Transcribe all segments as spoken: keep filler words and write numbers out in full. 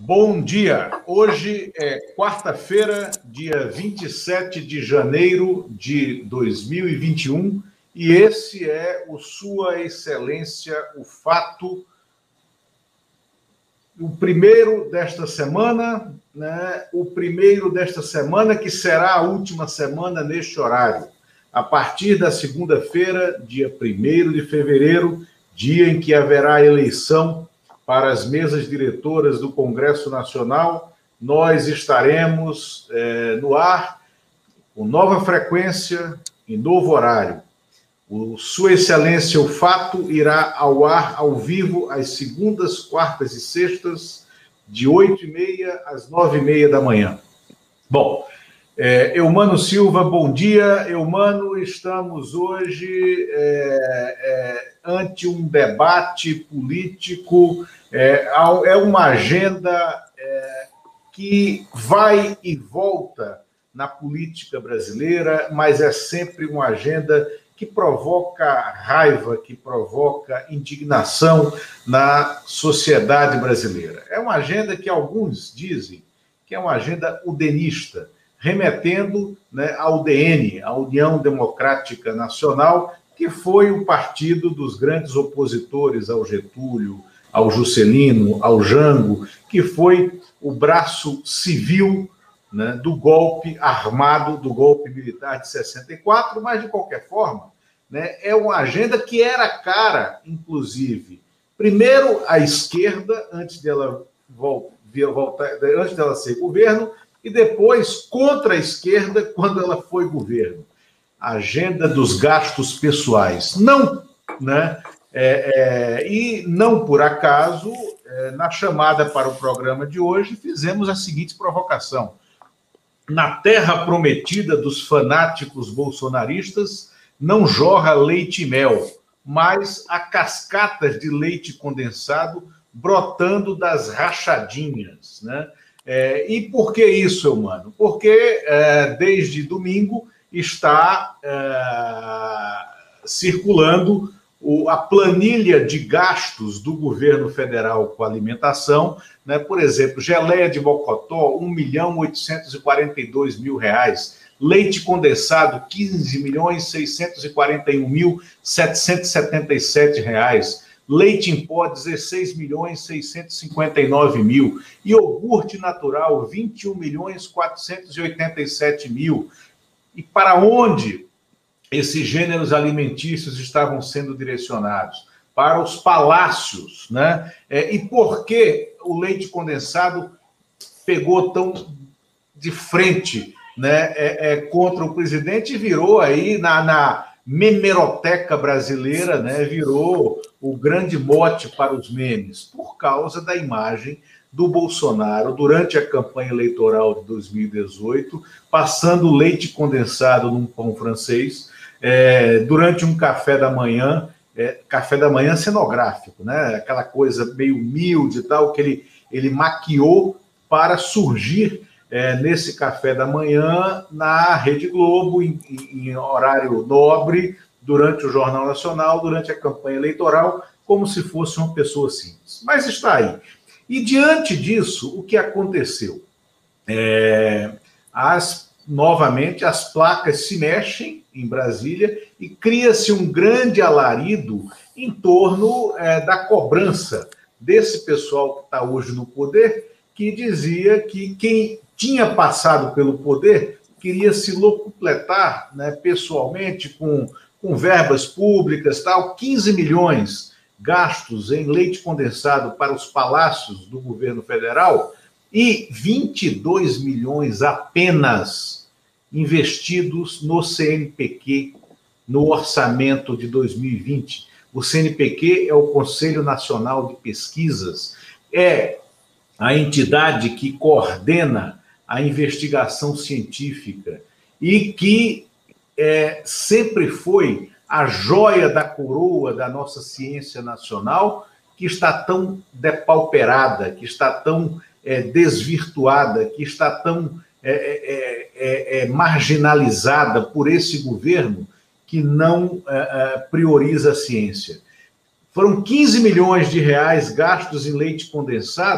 Bom dia! Hoje é quarta-feira, dia vinte e sete de janeiro de dois mil e vinte e um, e esse é o Sua Excelência, o Fato, o primeiro desta semana, né? O primeiro desta semana que será a última semana neste horário. A partir da segunda-feira, dia primeiro de fevereiro, dia em que haverá eleição para as mesas diretoras do Congresso Nacional, nós estaremos é, no ar com nova frequência e novo horário. O Sua Excelência, o Fato, irá ao ar ao vivo às segundas, quartas e sextas, de oito e meia às nove e meia da manhã. Bom, é, Eumano Silva, bom dia. Eumano, estamos hoje é, é, ante um debate político, é, é uma agenda é, que vai e volta na política brasileira, mas é sempre uma agenda que provoca raiva, que provoca indignação na sociedade brasileira. É uma agenda que alguns dizem que é uma agenda udenista, remetendo, né, ao U D N, a União Democrática Nacional, que foi o partido dos grandes opositores ao Getúlio, ao Juscelino, ao Jango, que foi o braço civil, né, do golpe armado, do golpe militar de sessenta e quatro, mas, de qualquer forma, né, é uma agenda que era cara, inclusive, primeiro a esquerda, antes dela, voltar, antes dela ser governo, e depois contra a esquerda, quando ela foi governo. A agenda dos gastos pessoais. Não, né? É, é, e não por acaso, é, na chamada para o programa de hoje, fizemos a seguinte provocação. Na terra prometida dos fanáticos bolsonaristas, não jorra leite e mel, mas há cascatas de leite condensado brotando das rachadinhas, né? É, e por que isso, Eumano? Porque é, desde domingo está é, circulando o, a planilha de gastos do governo federal com alimentação, né? Por exemplo, geleia de mocotó, um milhão oitocentos e quarenta e dois mil reais, leite condensado, quinze milhões seiscentos e quarenta e um mil setecentos e setenta e sete reais, leite em pó, dezesseis milhões seiscentos e cinquenta e nove mil, iogurte natural, vinte e um milhões quatrocentos e oitenta e sete mil. E para onde esses gêneros alimentícios estavam sendo direcionados? Para os palácios, né? É, e por que o leite condensado pegou tão de frente, né, é, é, contra o presidente e virou aí na... na memeroteca brasileira, né, virou o grande mote para os memes, por causa da imagem do Bolsonaro durante a campanha eleitoral de dois mil e dezoito, passando leite condensado num pão francês, é, durante um café da manhã, é, café da manhã cenográfico, né, aquela coisa meio humilde e tal, que ele, ele maquiou para surgir É, nesse café da manhã, na Rede Globo, em, em, em horário nobre, durante o Jornal Nacional, durante a campanha eleitoral, como se fosse uma pessoa simples. Mas está aí. E, diante disso, o que aconteceu? É, as, novamente, as placas se mexem em Brasília e cria-se um grande alarido em torno é, da cobrança desse pessoal que está hoje no poder, que dizia que quem tinha passado pelo poder, queria se locupletar, né, pessoalmente com, com verbas públicas, tal, quinze milhões gastos em leite condensado para os palácios do governo federal e vinte e dois milhões apenas investidos no C N P Q, no orçamento de dois mil e vinte. O C N P Q é o Conselho Nacional de Pesquisas, é a entidade que coordena a investigação científica e que é, sempre foi a joia da coroa da nossa ciência nacional, que está tão depauperada, que está tão é, desvirtuada, que está tão é, é, é, é, marginalizada por esse governo que não é, é, prioriza a ciência. Foram quinze milhões de reais gastos em leite condensado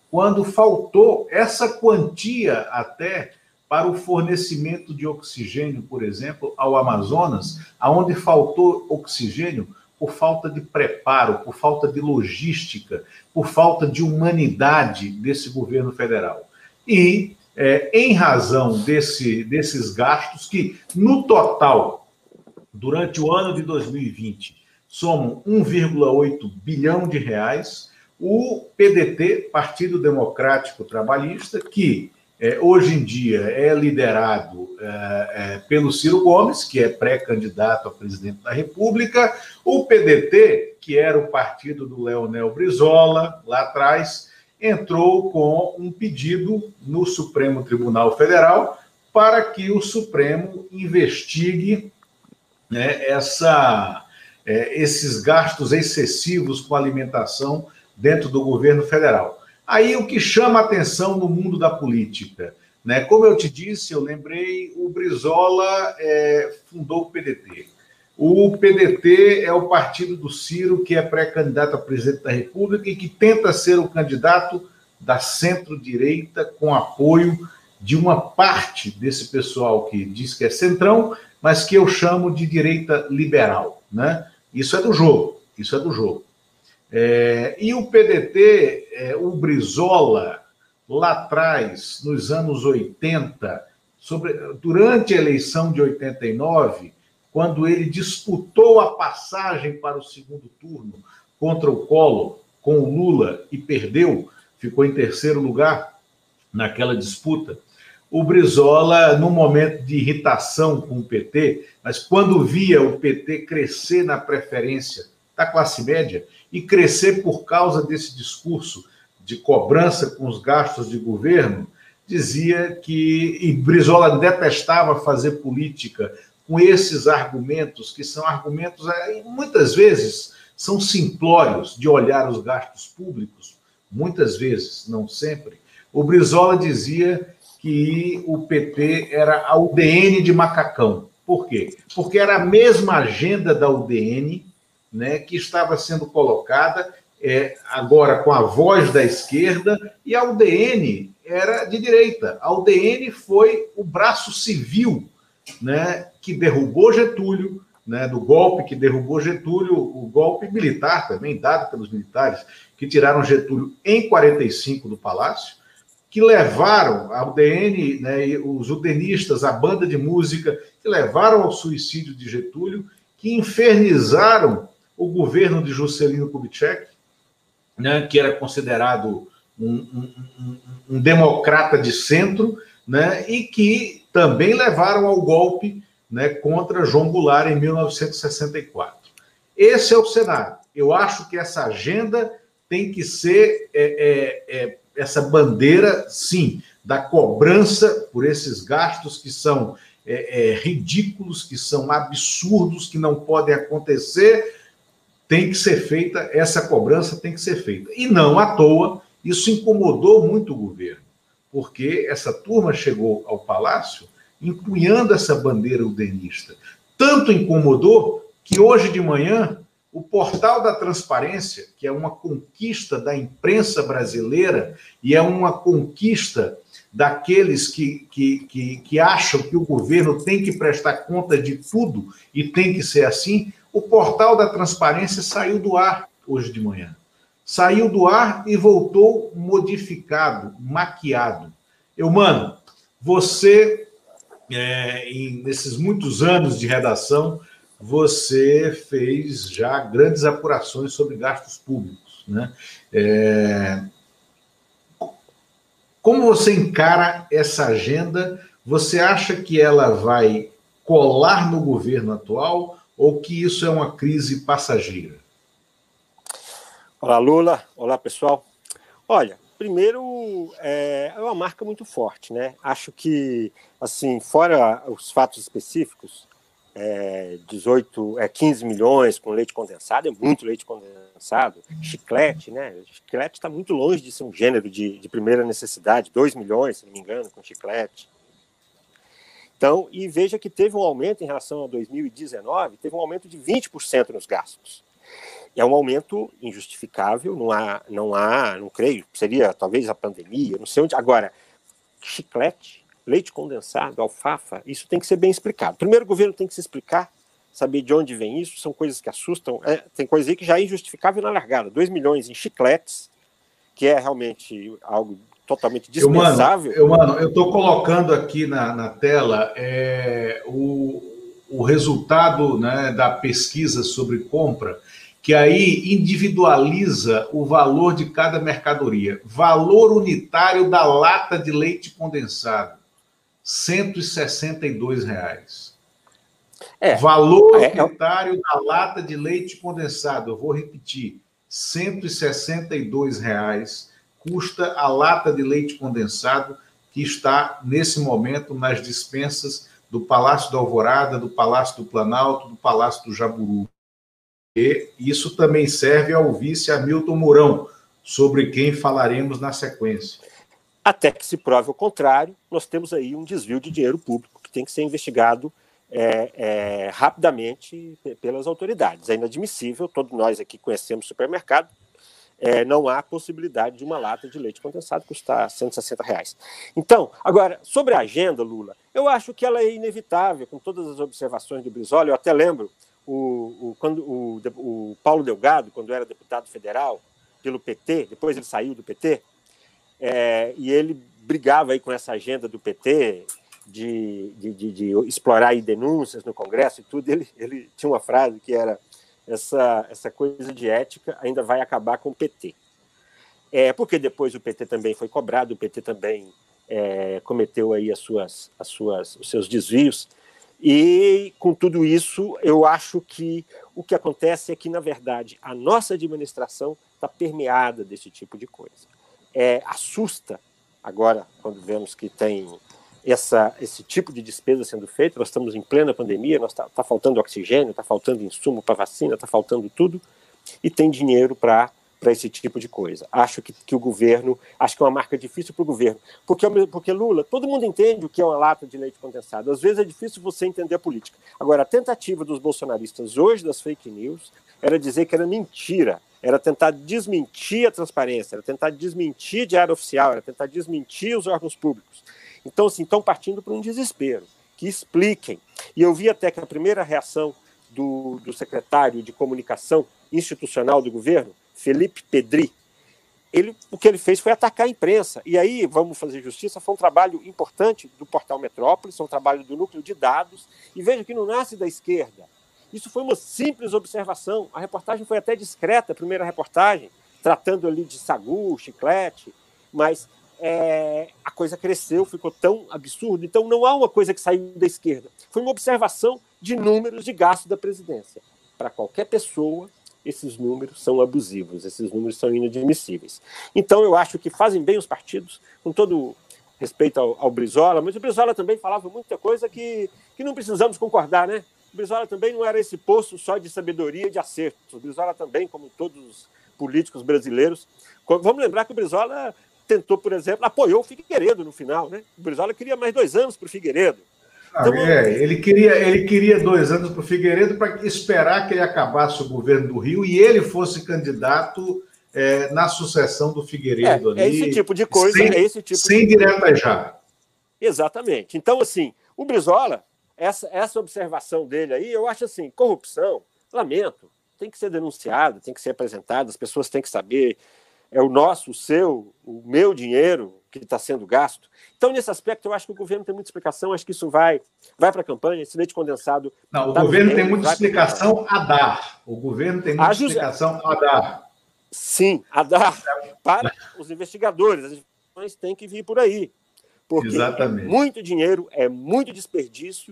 quando faltou essa quantia até para o fornecimento de oxigênio, por exemplo, ao Amazonas, aonde faltou oxigênio por falta de preparo, por falta de logística, por falta de humanidade desse governo federal. E, é, em razão desse, desses gastos, que, no total, durante o ano de dois mil e vinte, somam um vírgula oito bilhão de reais, o P D T, Partido Democrático Trabalhista, que é, hoje em dia é liderado é, é, pelo Ciro Gomes, que é pré-candidato a presidente da República, o P D T, que era o partido do Leonel Brizola, lá atrás, entrou com um pedido no Supremo Tribunal Federal para que o Supremo investigue, né, essa, é, esses gastos excessivos com alimentação dentro do governo federal. Aí o que chama atenção no mundo da política, né? Como eu te disse, eu lembrei, o Brizola é, fundou o P D T. O P D T é o partido do Ciro, que é pré-candidato a presidente da República e que tenta ser o candidato da centro-direita com apoio de uma parte desse pessoal que diz que é centrão, mas que eu chamo de direita liberal, né? Isso é do jogo, isso é do jogo. É, e o P D T, é, o Brizola, lá atrás, nos anos oitenta, sobre, durante a eleição de oitenta e nove, quando ele disputou a passagem para o segundo turno contra o Collor, com o Lula, e perdeu, ficou em terceiro lugar naquela disputa, o Brizola, num momento de irritação com o P T, mas quando via o P T crescer na preferência da classe média e crescer por causa desse discurso de cobrança com os gastos de governo, dizia que, e Brizola detestava fazer política com esses argumentos, que são argumentos, muitas vezes, são simplórios de olhar os gastos públicos, muitas vezes, não sempre. O Brizola dizia que o P T era a U D N de macacão. Por quê? Porque era a mesma agenda da U D N, né, que estava sendo colocada é, agora com a voz da esquerda, e a U D N era de direita. A U D N foi o braço civil, né, que derrubou Getúlio, né, do golpe que derrubou Getúlio, o golpe militar também, dado pelos militares, que tiraram Getúlio em quarenta e cinco do Palácio, que levaram a U D N, né, os udenistas, a banda de música, que levaram ao suicídio de Getúlio, que infernizaram o governo de Juscelino Kubitschek, né, que era considerado um, um, um, um democrata de centro, né, e que também levaram ao golpe, né, contra João Goulart em mil novecentos e sessenta e quatro. Esse é o cenário. Eu acho que essa agenda tem que ser é, é, é, essa bandeira, sim, da cobrança por esses gastos que são é, é, ridículos, que são absurdos, que não podem acontecer. Tem que ser feita, essa cobrança tem que ser feita. E não à toa, isso incomodou muito o governo, porque essa turma chegou ao Palácio empunhando essa bandeira udenista. Tanto incomodou que hoje de manhã o Portal da Transparência, que é uma conquista da imprensa brasileira e é uma conquista daqueles que, que, que, que acham que o governo tem que prestar conta de tudo e tem que ser assim, o Portal da Transparência saiu do ar hoje de manhã. Saiu do ar e voltou modificado, maquiado. Eu, mano, você, é, em, nesses muitos anos de redação, você fez já grandes apurações sobre gastos públicos, né? É... Como você encara essa agenda? Você acha que ela vai colar no governo atual ou que isso é uma crise passageira? Olá, Lula. Olá, pessoal. Olha, primeiro, é uma marca muito forte, né? Acho que, assim, fora os fatos específicos, é, dezoito, é, quinze milhões com leite condensado, é muito leite condensado. Chiclete, né? Chiclete está muito longe de ser um gênero de, de primeira necessidade, dois milhões, se não me engano, com chiclete. Então, e veja que teve um aumento em relação a dois mil e dezenove, teve um aumento de vinte por cento nos gastos. é um aumento injustificável, não há, não há, não creio, seria talvez a pandemia, não sei onde. Agora, chiclete, leite condensado, alfafa, isso tem que ser bem explicado. Primeiro, o governo tem que se explicar, saber de onde vem isso, são coisas que assustam. É, tem coisa aí que já é injustificável na largada. dois milhões em chicletes, que é realmente algo totalmente dispensável. Eu, mano, eu estou colocando aqui na, na tela é, o, o resultado, né, da pesquisa sobre compra, que aí individualiza o valor de cada mercadoria. Valor unitário da lata de leite condensado, cento e sessenta e dois reais. É, valor é, unitário é... da lata de leite condensado, eu vou repetir, cento e sessenta e dois reais custa a lata de leite condensado que está, nesse momento, nas dispensas do Palácio da Alvorada, do Palácio do Planalto, do Palácio do Jaburu. E isso também serve ao vice Hamilton Mourão, sobre quem falaremos na sequência. Até que se prove o contrário, nós temos aí um desvio de dinheiro público que tem que ser investigado é, é, rapidamente pelas autoridades. É inadmissível, todos nós aqui conhecemos supermercado, é, não há possibilidade de uma lata de leite condensado custar cento e sessenta reais. Então, agora, sobre a agenda, Lula, eu acho que ela é inevitável, com todas as observações do Brizola. Eu até lembro o, o, quando, o, o Paulo Delgado, quando era deputado federal pelo P T, depois ele saiu do P T, é, e ele brigava aí com essa agenda do P T de, de, de, de explorar aí denúncias no Congresso e tudo. Ele, ele tinha uma frase que era: essa, essa coisa de ética ainda vai acabar com o P T. É, porque depois o P T também foi cobrado, o P T também é, cometeu aí as suas, as suas, os seus desvios, e com tudo isso eu acho que o que acontece é que, na verdade, a nossa administração está permeada desse tipo de coisa. É, assusta agora quando vemos que tem essa, esse tipo de despesa sendo feita. Nós estamos em plena pandemia, está tá faltando oxigênio, está faltando insumo para vacina, está faltando tudo, e tem dinheiro para para esse tipo de coisa. Acho que, que o governo, acho que é uma marca difícil para o governo, porque, porque Lula, todo mundo entende o que é uma lata de leite condensado, às vezes é difícil você entender a política. Agora, a tentativa dos bolsonaristas hoje das fake news era dizer que era mentira, era tentar desmentir a transparência, era tentar desmentir a diário oficial, era tentar desmentir os órgãos públicos. Então, assim, estão partindo para um desespero, que expliquem. E eu vi até que a primeira reação do, do secretário de comunicação institucional do governo, Felipe Pedri, ele, o que ele fez foi atacar a imprensa. E aí, vamos fazer justiça, foi um trabalho importante do Portal Metrópolis, foi um trabalho do núcleo de dados, e veja que não nasce da esquerda. Isso foi uma simples observação. A reportagem foi até discreta, a primeira reportagem, tratando ali de sagu, chiclete, mas é, a coisa cresceu, ficou tão absurdo. Então, não há uma coisa que saiu da esquerda. Foi uma observação de números de gasto da presidência. Para qualquer pessoa, esses números são abusivos, esses números são inadmissíveis. Então, eu acho que fazem bem os partidos, com todo respeito ao, ao Brizola, mas o Brizola também falava muita coisa que, que não precisamos concordar, né? O Brizola também não era esse poço só de sabedoria e de acertos. O Brizola também, como todos os políticos brasileiros, vamos lembrar que o Brizola tentou, por exemplo, apoiou o Figueiredo no final, né? O Brizola queria mais dois anos para o Figueiredo. Então, ah, é, ele, queria, ele queria dois anos para o Figueiredo para esperar que ele acabasse o governo do Rio e ele fosse candidato é, na sucessão do Figueiredo. É, ali, é esse tipo de coisa. Sem, é esse tipo sem de direta já. Exatamente. Então, assim, o Brizola, essa, essa observação dele aí, eu acho assim, corrupção, lamento, tem que ser denunciado, tem que ser apresentado, as pessoas têm que saber, é o nosso, o seu, o meu dinheiro que está sendo gasto. Então, nesse aspecto, eu acho que o governo tem muita explicação, acho que isso vai, vai para a campanha, esse leite condensado... Não, o tá governo tem muita explicação a dar. O governo tem muita a explicação a dar. Sim, a dar para os investigadores. As informações têm que vir por aí. Porque Exatamente. é muito dinheiro, é muito desperdício,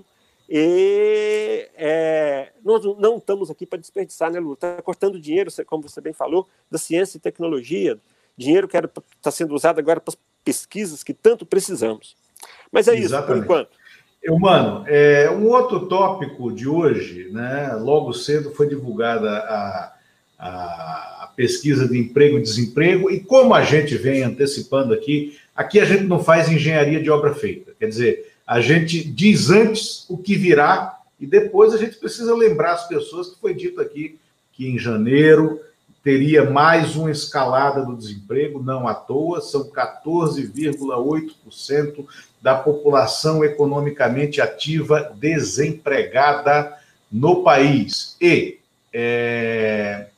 e é, nós não estamos aqui para desperdiçar, né, Lula? Está cortando dinheiro, como você bem falou, da ciência e tecnologia, dinheiro que está sendo usado agora para as pesquisas que tanto precisamos. Mas é Exatamente. isso, por enquanto. Eu, mano, é, um outro tópico de hoje, né, logo cedo foi divulgada a, a, a pesquisa de emprego e desemprego, e como a gente vem antecipando aqui, aqui a gente não faz engenharia de obra feita, quer dizer, a gente diz antes o que virá e depois a gente precisa lembrar as pessoas que foi dito aqui que em janeiro teria mais uma escalada do desemprego, não à toa, são quatorze vírgula oito por cento da população economicamente ativa desempregada no país. E é,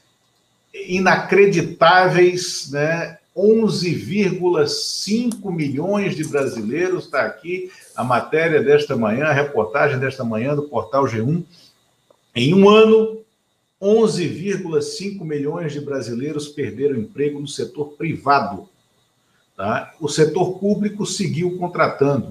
inacreditáveis, né, onze vírgula cinco milhões de brasileiros, está aqui a matéria desta manhã, a reportagem desta manhã do Portal G um, em um ano, onze vírgula cinco milhões de brasileiros perderam emprego no setor privado. Tá? O setor público seguiu contratando.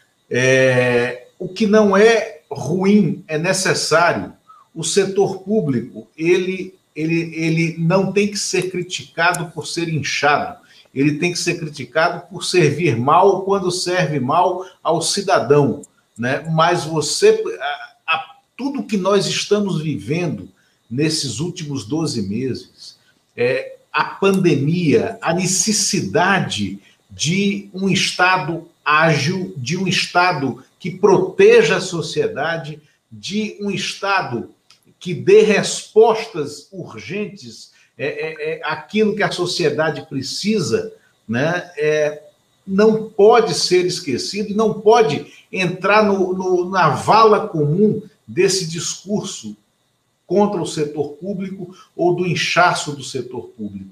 É, o que não é ruim, é necessário. O setor público, ele, ele, ele não tem que ser criticado por ser inchado. Ele tem que ser criticado por servir mal quando serve mal ao cidadão. Né? Mas você, a, a, tudo que nós estamos vivendo nesses últimos doze meses, é, a pandemia, a necessidade de um Estado ágil, de um Estado que proteja a sociedade, de um Estado que dê respostas urgentes, é, é, é, aquilo que a sociedade precisa, né, é, não pode ser esquecido, não pode entrar no, no, na vala comum desse discurso contra o setor público ou do inchaço do setor público.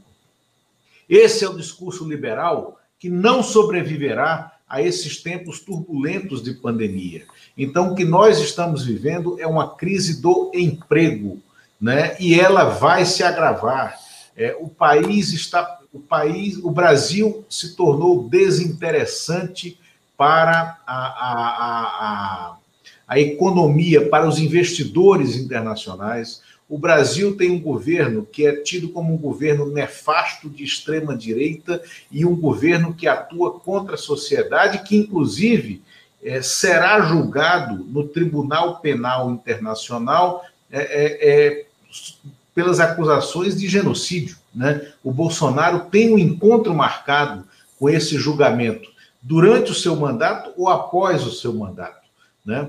Esse é o discurso liberal que não sobreviverá a esses tempos turbulentos de pandemia. Então, o que nós estamos vivendo é uma crise do emprego, né? E ela vai se agravar. É, o país está, o país, o Brasil se tornou desinteressante para a, a, a, a a economia, para os investidores internacionais. O Brasil tem um governo que é tido como um governo nefasto de extrema-direita e um governo que atua contra a sociedade, que, inclusive, é, será julgado no Tribunal Penal Internacional é, é, é, pelas acusações de genocídio. Né? O Bolsonaro tem um encontro marcado com esse julgamento durante o seu mandato ou após o seu mandato. Né?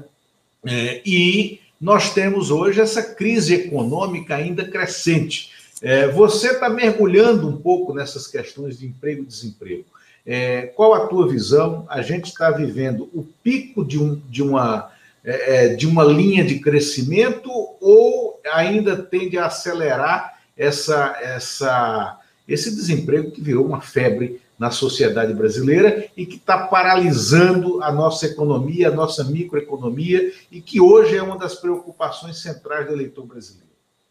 É, e nós temos hoje essa crise econômica ainda crescente. É, você está mergulhando um pouco nessas questões de emprego e desemprego. É, qual a tua visão? A gente está vivendo o pico de, um, de, uma, é, de uma linha de crescimento ou ainda tende a acelerar essa, essa, esse desemprego que virou uma febre na sociedade brasileira e que está paralisando a nossa economia, a nossa microeconomia, e que hoje é uma das preocupações centrais do eleitor brasileiro?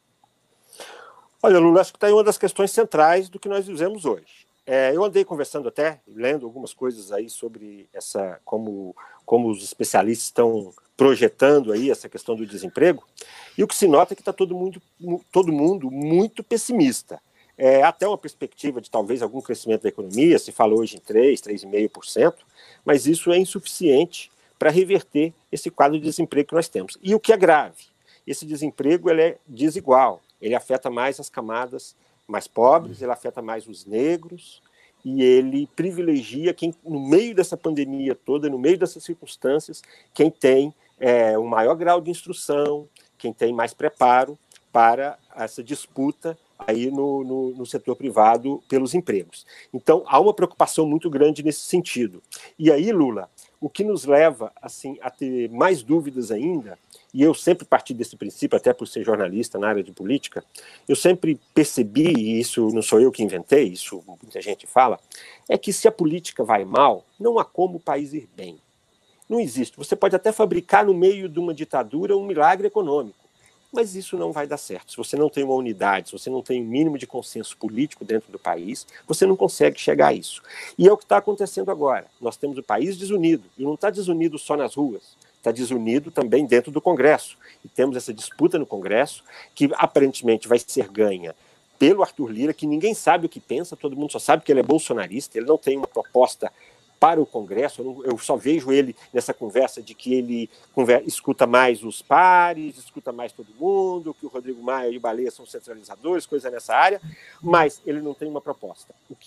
Olha, Lula, acho que está em uma das questões centrais do que nós vivemos hoje. É, eu andei conversando até, lendo algumas coisas aí sobre essa, como, como os especialistas estão projetando aí essa questão do desemprego, e o que se nota é que está todo mundo, todo mundo muito pessimista. É, até uma perspectiva de talvez algum crescimento da economia, se fala hoje em três, três vírgula cinco por cento, mas isso é insuficiente para reverter esse quadro de desemprego que nós temos. E o que é grave, esse desemprego ele é desigual, ele afeta mais as camadas mais pobres, ele afeta mais os negros, e ele privilegia quem, no meio dessa pandemia toda, no meio dessas circunstâncias, quem tem é, um maior grau de instrução, quem tem mais preparo para essa disputa aí no, no, no setor privado pelos empregos. Então, há uma preocupação muito grande nesse sentido. E aí, Lula, o que nos leva assim, a ter mais dúvidas ainda, e eu sempre parti desse princípio, até por ser jornalista na área de política, eu sempre percebi, e isso não sou eu que inventei, isso muita gente fala, é que se a política vai mal, não há como o país ir bem. Não existe. Você pode até fabricar no meio de uma ditadura um milagre econômico, mas isso não vai dar certo. Se você não tem uma unidade, se você não tem um mínimo de consenso político dentro do país, você não consegue chegar a isso. E é o que está acontecendo agora. Nós temos o país desunido, e não está desunido só nas ruas, está desunido também dentro do Congresso. E temos essa disputa no Congresso, que aparentemente vai ser ganha pelo Arthur Lira, que ninguém sabe o que pensa, todo mundo só sabe que ele é bolsonarista, ele não tem uma proposta para o Congresso. Eu, não, eu só vejo ele nessa conversa de que ele conversa, escuta mais os pares, escuta mais todo mundo, que o Rodrigo Maia e o Baleia são centralizadores, coisa nessa área, mas ele não tem uma proposta, o que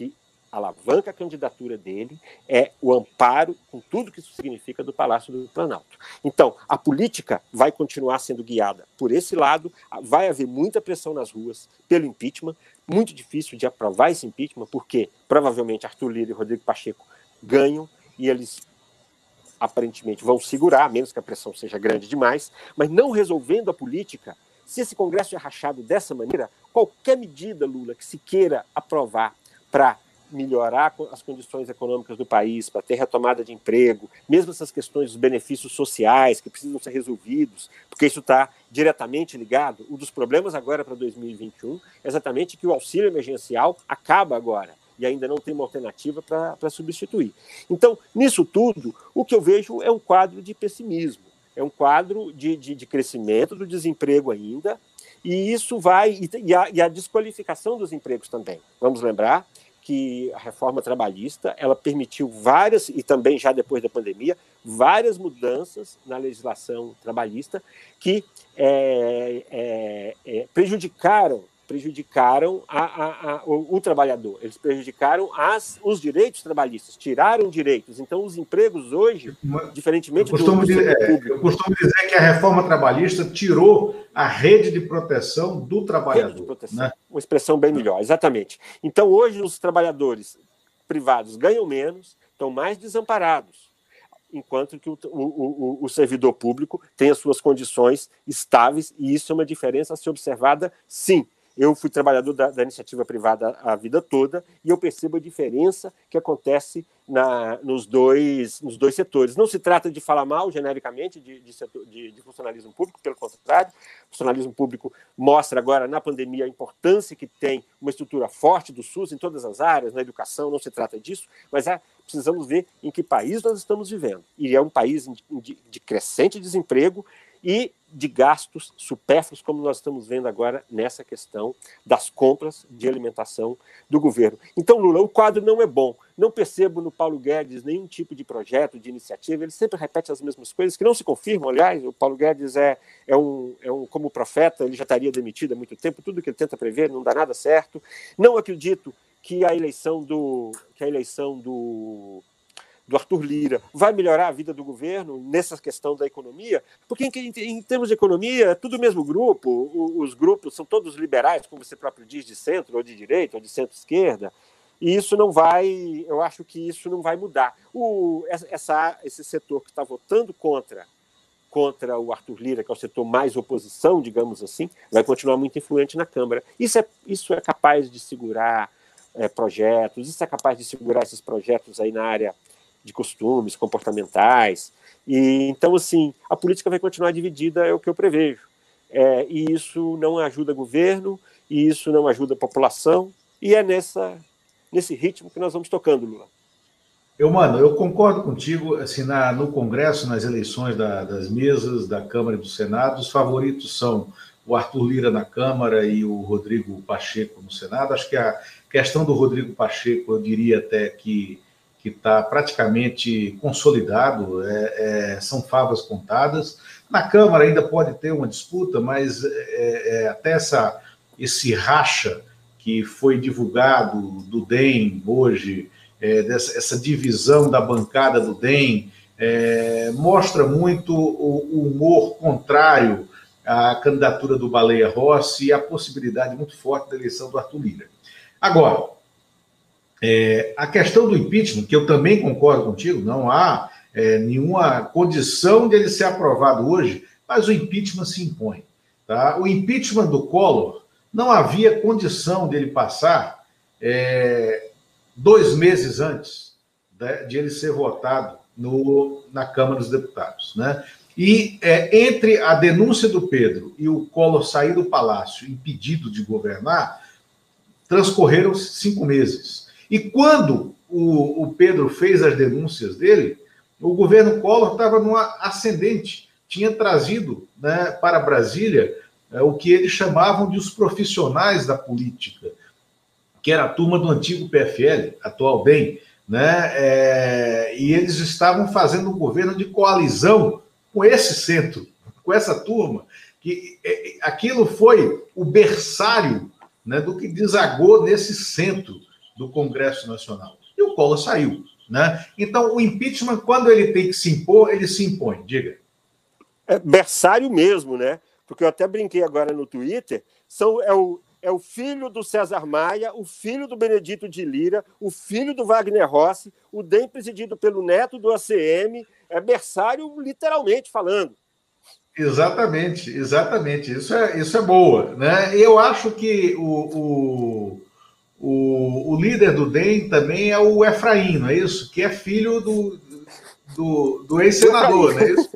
alavanca a candidatura dele é o amparo, com tudo que isso significa, do Palácio do Planalto. Então, a política vai continuar sendo guiada por esse lado, vai haver muita pressão nas ruas pelo impeachment, muito difícil de aprovar esse impeachment, porque provavelmente Arthur Lira e Rodrigo Pacheco ganham e eles aparentemente vão segurar, a menos que a pressão seja grande demais, mas não resolvendo a política. Se esse Congresso é rachado dessa maneira, qualquer medida, Lula, que se queira aprovar para melhorar as condições econômicas do país, para ter retomada de emprego, mesmo essas questões dos benefícios sociais que precisam ser resolvidos, porque isso está diretamente ligado. Um dos problemas agora para dois mil e vinte e um é exatamente que o auxílio emergencial acaba agora e ainda não tem uma alternativa para substituir. Então, nisso tudo, o que eu vejo é um quadro de pessimismo, é um quadro de, de, de crescimento do desemprego ainda, e isso vai... E, e, a, e a desqualificação dos empregos também. Vamos lembrar que a reforma trabalhista ela permitiu várias, e também já depois da pandemia, várias mudanças na legislação trabalhista que é, é, é, prejudicaram, prejudicaram a, a, a, o, o trabalhador, eles prejudicaram as, os direitos trabalhistas, tiraram direitos. Então, os empregos hoje, diferentemente eu costumo, do, do dizer, público... eu costumo dizer que a reforma trabalhista tirou a rede de proteção do trabalhador. Rede de proteção, né? Uma expressão bem melhor, exatamente. Então, hoje, os trabalhadores privados ganham menos, estão mais desamparados, enquanto que o, o, o, o servidor público tem as suas condições estáveis, e isso é uma diferença a ser observada, sim. Eu fui trabalhador da, da iniciativa privada a vida toda e eu percebo a diferença que acontece na, nos, dois, nos dois setores. Não se trata de falar mal, genericamente, de, de, setor, de, de funcionalismo público, pelo contrário. O funcionalismo público mostra agora, na pandemia, a importância que tem uma estrutura forte do SUS em todas as áreas, na educação, não se trata disso, mas é, precisamos ver em que país nós estamos vivendo. E é um país de, de crescente desemprego e de gastos supérfluos, como nós estamos vendo agora nessa questão das compras de alimentação do governo. Então, Lula, o quadro não é bom. Não percebo no Paulo Guedes nenhum tipo de projeto, de iniciativa. Ele sempre repete as mesmas coisas, que não se confirmam. Aliás, o Paulo Guedes é, é, um, é um, como profeta, ele já estaria demitido há muito tempo. Tudo que ele tenta prever não dá nada certo. Não acredito que a eleição do... Que a eleição do do Arthur Lira, vai melhorar a vida do governo nessa questão da economia, porque em, em, em termos de economia é tudo o mesmo grupo, o, os grupos são todos liberais, como você próprio diz, de centro, ou de direita, ou de centro-esquerda, e isso não vai, eu acho que isso não vai mudar. O, essa, esse setor que está votando contra, contra o Arthur Lira, que é o setor mais oposição, digamos assim, vai continuar muito influente na Câmara. Isso é, isso é capaz de segurar é, projetos, isso é capaz de segurar esses projetos aí na área de costumes comportamentais. E, então, assim, a política vai continuar dividida, é o que eu prevejo. É, e isso não ajuda o governo, e isso não ajuda a população, e é nessa, nesse ritmo que nós vamos tocando, Lula. Eu, mano, eu concordo contigo, assim, na, no Congresso, nas eleições da, das mesas, da Câmara e do Senado, os favoritos são o Arthur Lira na Câmara e o Rodrigo Pacheco no Senado. Acho que a questão do Rodrigo Pacheco, eu diria até que que está praticamente consolidado, é, é, são favas contadas. Na Câmara ainda pode ter uma disputa, mas é, é, até essa, esse racha que foi divulgado do D E M hoje, é, dessa, essa divisão da bancada do D E M, é, mostra muito o, o humor contrário à candidatura do Baleia Rossi e a possibilidade muito forte da eleição do Arthur Lira. Agora, É, a questão do impeachment, que eu também concordo contigo, não há é, nenhuma condição de ele ser aprovado hoje, mas o impeachment se impõe. Tá? O impeachment do Collor, não havia condição dele passar é, dois meses antes de, de ele ser votado no, na Câmara dos Deputados. Né? E é, entre a denúncia do Pedro e o Collor sair do Palácio impedido de governar, transcorreram cinco meses. E quando o, o Pedro fez as denúncias dele, o governo Collor estava numa ascendente, tinha trazido, né, para Brasília é, o que eles chamavam de os profissionais da política, que era a turma do antigo P F L, atual D E M, né, é, e eles estavam fazendo um governo de coalizão com esse centro, com essa turma, que é, aquilo foi o berçário, né, do que desagou nesse centro do Congresso Nacional. E o Collor saiu, né? Então, o impeachment, quando ele tem que se impor, ele se impõe. Diga. É berçário mesmo, né? Porque eu até brinquei agora no Twitter, são, é, o, é o filho do César Maia, o filho do Benedito de Lira, o filho do Wagner Rossi, o D E M presidido pelo neto do A C M, é berçário literalmente falando. Exatamente, exatamente. Isso é, isso é boa, né? Eu acho que o, o, o, o líder do D E M também é o Efraim, não é isso? Que é filho do, do, do ex-senador, não é isso?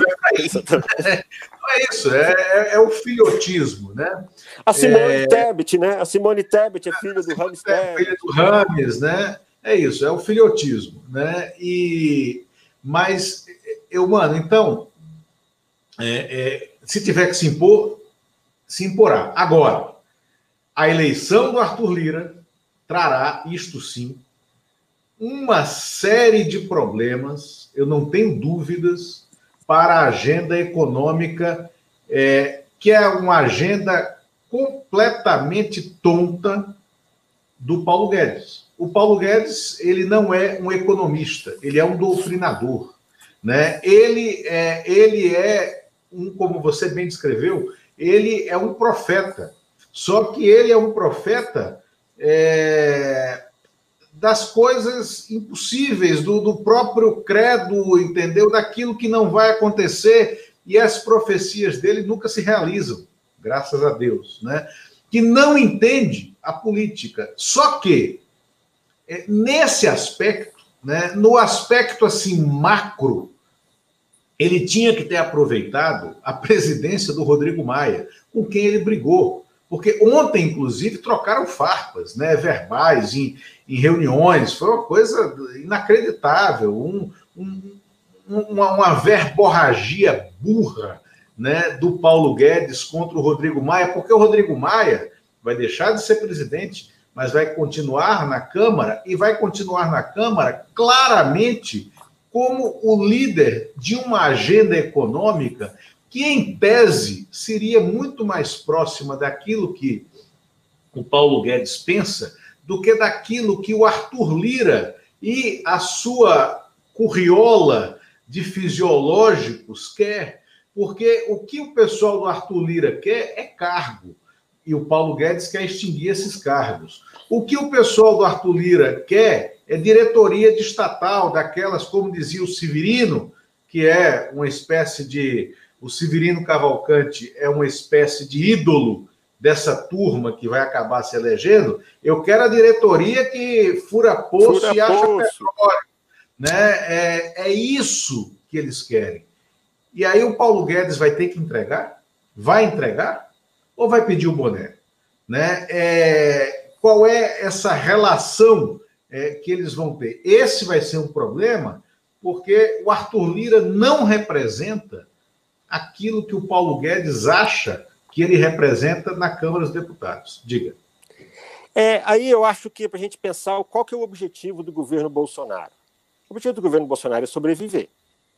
Não é isso, é, é, é o filhotismo, né? A Simone é... Tebet, né? A Simone Tebet é filha do Rames Tebet. Filha do Rames, né? É isso, é o filhotismo, né? E, mas, eu, mano, então, é, é, se tiver que se impor, se imporá. Agora, a eleição do Arthur Lira trará, isto sim, uma série de problemas, eu não tenho dúvidas, para a agenda econômica, é, que é uma agenda completamente tonta do Paulo Guedes. O Paulo Guedes, ele não é um economista, ele é um doutrinador, né? Ele é, ele é um, como você bem descreveu, ele é um profeta. Só que ele é um profeta é, das coisas impossíveis, do, do próprio credo, entendeu? Daquilo que não vai acontecer, e as profecias dele nunca se realizam, graças a Deus, né? Que não entende a política. Só que, nesse aspecto, né, no aspecto assim macro, ele tinha que ter aproveitado a presidência do Rodrigo Maia, com quem ele brigou. Porque ontem, inclusive, trocaram farpas, né, verbais em, em reuniões. Foi uma coisa inacreditável, um, um, uma, uma verborragia burra, né, do Paulo Guedes contra o Rodrigo Maia, porque o Rodrigo Maia vai deixar de ser presidente, mas vai continuar na Câmara, e vai continuar na Câmara claramente como o líder de uma agenda econômica que, em tese, seria muito mais próxima daquilo que o Paulo Guedes pensa do que daquilo que o Arthur Lira e a sua curriola de fisiológicos quer, porque o que o pessoal do Arthur Lira quer é cargo, e o Paulo Guedes quer extinguir esses cargos. O que o pessoal do Arthur Lira quer é diretoria de estatal, daquelas, como dizia o Severino, que é uma espécie de... O Severino Cavalcante é uma espécie de ídolo dessa turma que vai acabar se elegendo. Eu quero a diretoria que fura poço fura e acha petróleo. Né? É, é isso que eles querem. E aí o Paulo Guedes vai ter que entregar? Vai entregar? Ou vai pedir o boné? Né? É, qual é essa relação é, que eles vão ter? Esse vai ser um problema, porque o Arthur Lira não representa aquilo que o Paulo Guedes acha que ele representa na Câmara dos Deputados. Diga. É, aí eu acho que para a gente pensar qual que é o objetivo do governo Bolsonaro. O objetivo do governo Bolsonaro é sobreviver.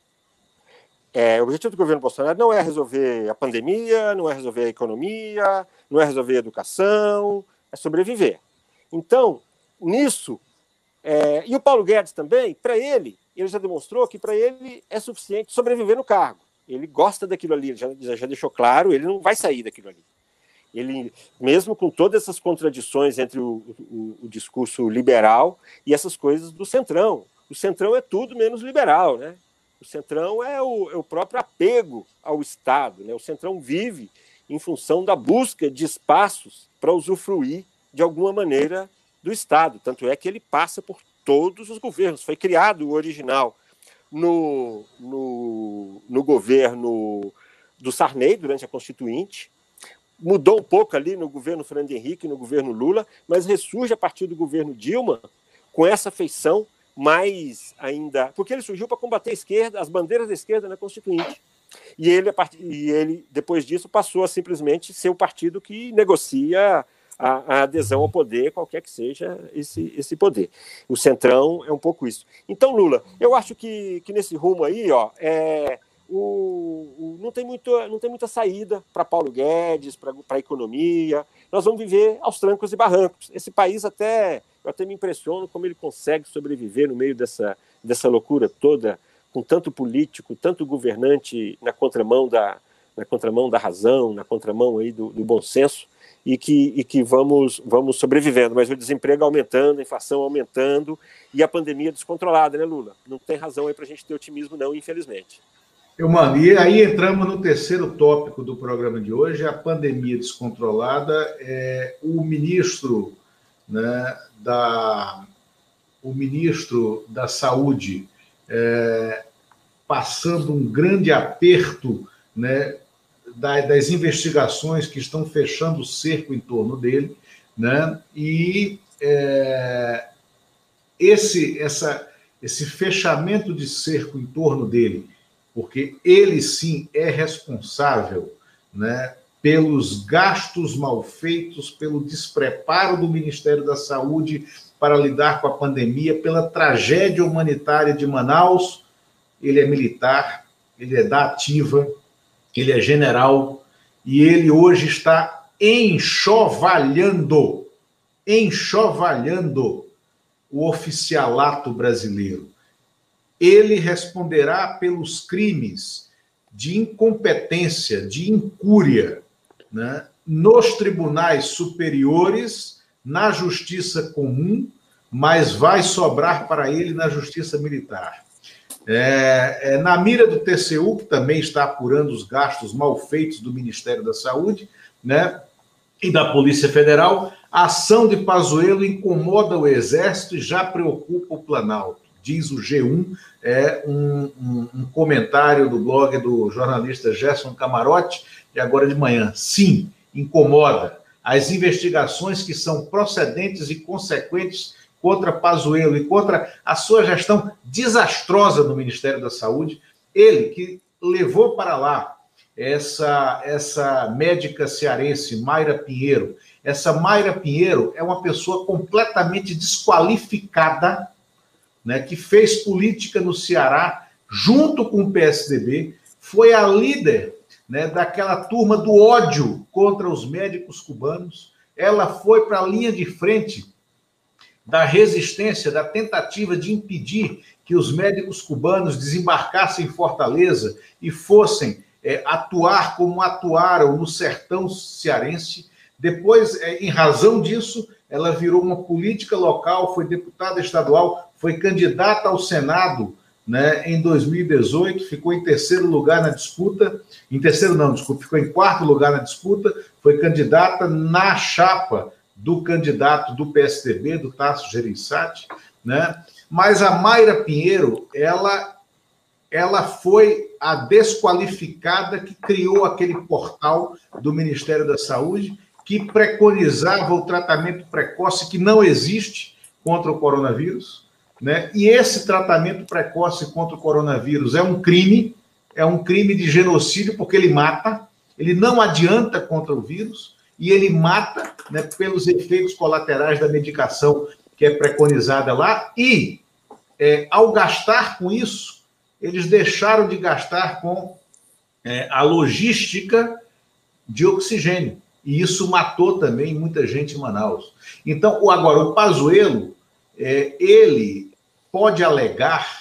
É, o objetivo do governo Bolsonaro não é resolver a pandemia, não é resolver a economia, não é resolver a educação, é sobreviver. Então, nisso, é, e o Paulo Guedes também, para ele, ele já demonstrou que para ele é suficiente sobreviver no cargo. Ele gosta daquilo ali, já, já deixou claro, ele não vai sair daquilo ali. Ele, mesmo com todas essas contradições entre o, o, o discurso liberal e essas coisas do Centrão. O Centrão é tudo menos liberal, né? O Centrão é o, é o próprio apego ao Estado, né? O Centrão vive em função da busca de espaços para usufruir, de alguma maneira, do Estado. Tanto é que ele passa por todos os governos. Foi criado o original No, no, no governo do Sarney, durante a Constituinte, mudou um pouco ali no governo Fernando Henrique, no governo Lula, mas ressurge a partir do governo Dilma com essa feição mais ainda... Porque ele surgiu para combater a esquerda, as bandeiras da esquerda na Constituinte. E ele, e ele, depois disso, passou a simplesmente ser o partido que negocia a, a adesão ao poder, qualquer que seja esse, esse poder. O Centrão é um pouco isso. Então, Lula, eu acho que, que nesse rumo aí, ó, é, o, o, não, tem muito, não tem muita saída para Paulo Guedes, para a economia. Nós vamos viver aos trancos e barrancos. Esse país até eu até me impressiono como ele consegue sobreviver no meio dessa, dessa loucura toda, com tanto político, tanto governante na contramão da, na contramão da razão, na contramão aí do, do bom senso, e que, e que vamos, vamos sobrevivendo. Mas o desemprego aumentando, a inflação aumentando e a pandemia descontrolada, né, Lula? Não tem razão aí para a gente ter otimismo, não, infelizmente. Eu, mano, e aí entramos no terceiro tópico do programa de hoje, a pandemia descontrolada. É, o ministro, né, da, o ministro da Saúde é, passando um grande aperto, né, das investigações que estão fechando o cerco em torno dele, né? E é, esse, essa, esse fechamento de cerco em torno dele, porque ele sim é responsável, né, pelos gastos mal feitos, pelo despreparo do Ministério da Saúde para lidar com a pandemia, pela tragédia humanitária de Manaus. Ele é militar, ele é da ativa, ele é general, e ele hoje está enxovalhando, enxovalhando o oficialato brasileiro. Ele responderá pelos crimes de incompetência, de incúria, né, nos tribunais superiores, na justiça comum, mas vai sobrar para ele na justiça militar. É, é, na mira do T C U, que também está apurando os gastos mal feitos do Ministério da Saúde, né, e da Polícia Federal, a ação de Pazuello incomoda o Exército e já preocupa o Planalto, diz o G um, é um, um, um comentário do blog do jornalista Gerson Camarote, de agora de manhã. Sim, incomoda. As investigações que são procedentes e consequentes contra Pazuello e contra a sua gestão desastrosa no Ministério da Saúde, ele que levou para lá essa, essa médica cearense, Mayra Pinheiro. Essa Mayra Pinheiro é uma pessoa completamente desqualificada, né, que fez política no Ceará, junto com o P S D B, foi a líder, né, daquela turma do ódio contra os médicos cubanos. Ela foi para a linha de frente da resistência, da tentativa de impedir que os médicos cubanos desembarcassem em Fortaleza e fossem é, atuar como atuaram no sertão cearense. Depois, é, em razão disso, ela virou uma política local, foi deputada estadual, foi candidata ao Senado, né, em dois mil e dezoito, ficou em terceiro lugar na disputa, em terceiro não, desculpa, ficou em quarto lugar na disputa, foi candidata na chapa do candidato do P S D B, do Tasso Gereissati, né? Mas a Mayra Pinheiro, ela, ela foi a desqualificada que criou aquele portal do Ministério da Saúde, que preconizava o tratamento precoce, que não existe contra o coronavírus, né? E esse tratamento precoce contra o coronavírus é um crime, é um crime de genocídio, porque ele mata, ele não adianta contra o vírus, e ele mata, né, pelos efeitos colaterais da medicação que é preconizada lá, e é, ao gastar com isso, eles deixaram de gastar com é, a logística de oxigênio, e isso matou também muita gente em Manaus. Então, agora, o Pazuello, é, ele pode alegar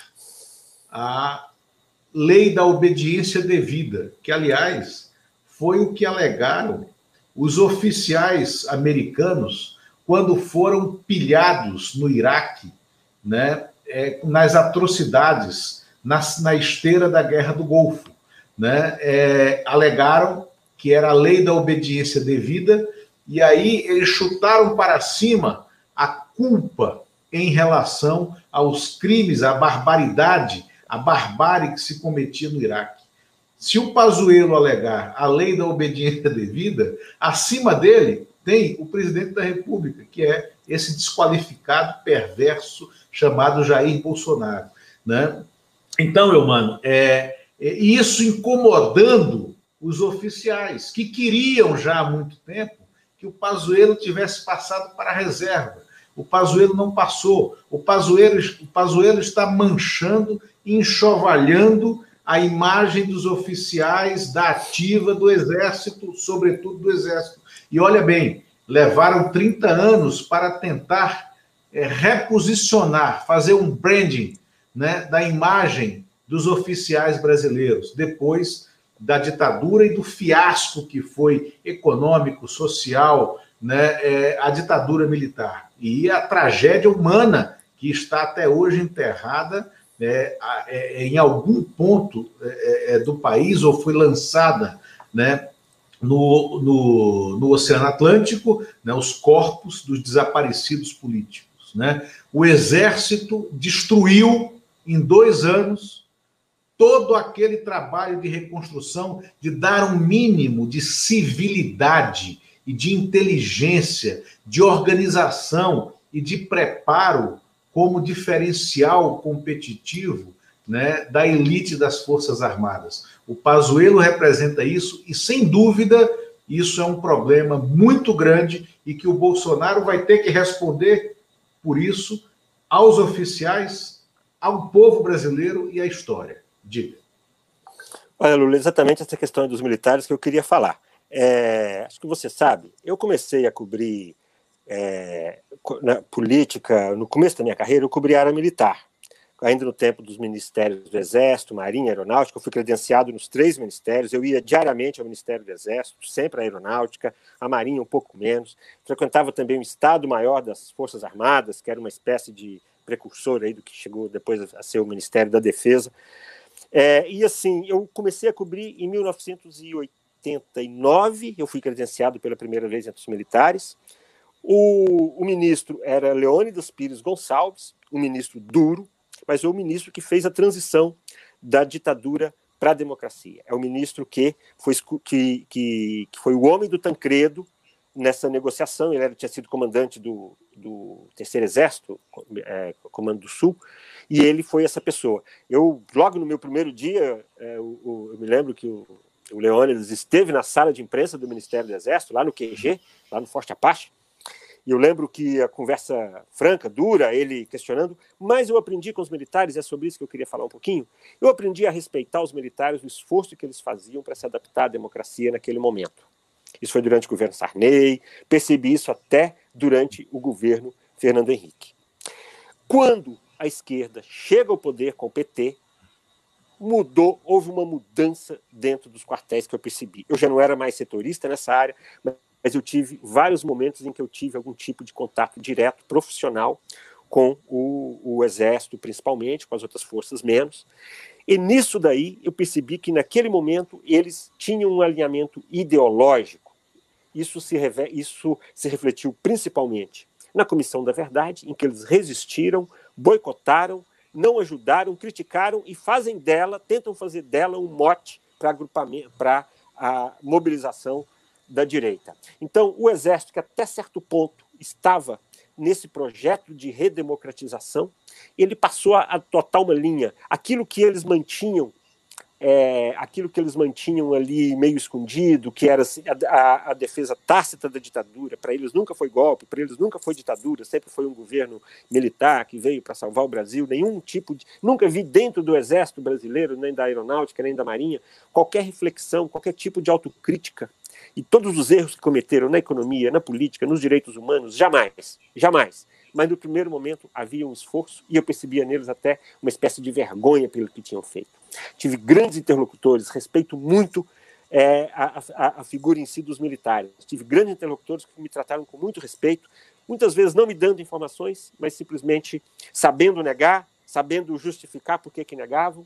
a lei da obediência devida, que, aliás, foi o que alegaram os oficiais americanos quando foram pilhados no Iraque, né, é, nas atrocidades, na, na esteira da Guerra do Golfo, né, é, alegaram que era a lei da obediência devida, e aí eles chutaram para cima a culpa em relação aos crimes, à barbaridade, à barbárie que se cometia no Iraque. Se o Pazuello alegar a lei da obediência devida, acima dele tem o presidente da República, que é esse desqualificado perverso chamado Jair Bolsonaro, né? Então, meu mano, é, é isso incomodando os oficiais, que queriam já há muito tempo que o Pazuello tivesse passado para a reserva. O Pazuello não passou. O Pazuello, o Pazuello está manchando, enxovalhando a imagem dos oficiais da ativa do Exército, sobretudo do Exército. E olha bem, levaram trinta anos para tentar é, reposicionar, fazer um branding, né, da imagem dos oficiais brasileiros, depois da ditadura e do fiasco que foi econômico, social, né, é, a ditadura militar. E a tragédia humana que está até hoje enterrada é, é, em algum ponto é, é, do país, ou foi lançada, né, no, no, no Oceano Atlântico, né, os corpos dos desaparecidos políticos. Né? O Exército destruiu, em dois anos, todo aquele trabalho de reconstrução, de dar um mínimo de civilidade e de inteligência, de organização e de preparo como diferencial competitivo, né, da elite das Forças Armadas. O Pazuello representa isso e, sem dúvida, isso é um problema muito grande e que o Bolsonaro vai ter que responder por isso aos oficiais, ao povo brasileiro e à história. Diga. Olha, Lula, exatamente essa questão dos militares que eu queria falar. É, acho que você sabe, eu comecei a cobrir é, na política, no começo da minha carreira, eu cobri a área militar. Ainda no tempo dos ministérios do Exército, Marinha, Aeronáutica, eu fui credenciado nos três ministérios, eu ia diariamente ao Ministério do Exército, sempre a Aeronáutica, a Marinha um pouco menos, frequentava também o Estado-Maior das Forças Armadas, que era uma espécie de precursor aí do que chegou depois a ser o Ministério da Defesa. É, e assim, eu comecei a cobrir em mil novecentos e oitenta e nove, eu fui credenciado pela primeira vez entre os militares. O, o ministro era Leônidas Pires Gonçalves, um ministro duro, mas é o ministro que fez a transição da ditadura para a democracia. É o ministro que foi, que, que, que foi o homem do Tancredo nessa negociação. Ele era, tinha sido comandante do, do Terceiro Exército, é, Comando do Sul, e ele foi essa pessoa. Eu, logo no meu primeiro dia, é, o, o, eu me lembro que o, o Leônidas esteve na sala de imprensa do Ministério do Exército, lá no Q G, lá no Forte Apache, e eu lembro que a conversa franca, dura, ele questionando, mas eu aprendi com os militares, é sobre isso que eu queria falar um pouquinho, eu aprendi a respeitar os militares, o esforço que eles faziam para se adaptar à democracia naquele momento. Isso foi durante o governo Sarney, percebi isso até durante o governo Fernando Henrique. Quando a esquerda chega ao poder com o P T, mudou, houve uma mudança dentro dos quartéis que eu percebi. Eu já não era mais setorista nessa área, mas eu tive vários momentos em que eu tive algum tipo de contato direto, profissional, com o, o Exército, principalmente, com as outras forças menos. E nisso daí eu percebi que naquele momento eles tinham um alinhamento ideológico. Isso se, reve... Isso se refletiu principalmente na Comissão da Verdade, em que eles resistiram, boicotaram, não ajudaram, criticaram e fazem dela, tentam fazer dela um mote para agrupamento, para a mobilização da direita. Então, o Exército, que até certo ponto estava nesse projeto de redemocratização, ele passou a adotar uma linha. Aquilo que eles mantinham, é, aquilo que eles mantinham ali meio escondido, que era a, a, a defesa tácita da ditadura, para eles nunca foi golpe, para eles nunca foi ditadura, sempre foi um governo militar que veio para salvar o Brasil, nenhum tipo de... Nunca vi dentro do Exército brasileiro, nem da Aeronáutica, nem da Marinha, qualquer reflexão, qualquer tipo de autocrítica. E todos os erros que cometeram na economia, na política, nos direitos humanos, jamais, jamais. Mas no primeiro momento havia um esforço e eu percebia neles até uma espécie de vergonha pelo que tinham feito. Tive grandes interlocutores, respeito muito é, a, a, a figura em si dos militares. Tive grandes interlocutores que me trataram com muito respeito, muitas vezes não me dando informações, mas simplesmente sabendo negar, sabendo justificar por que que negavam.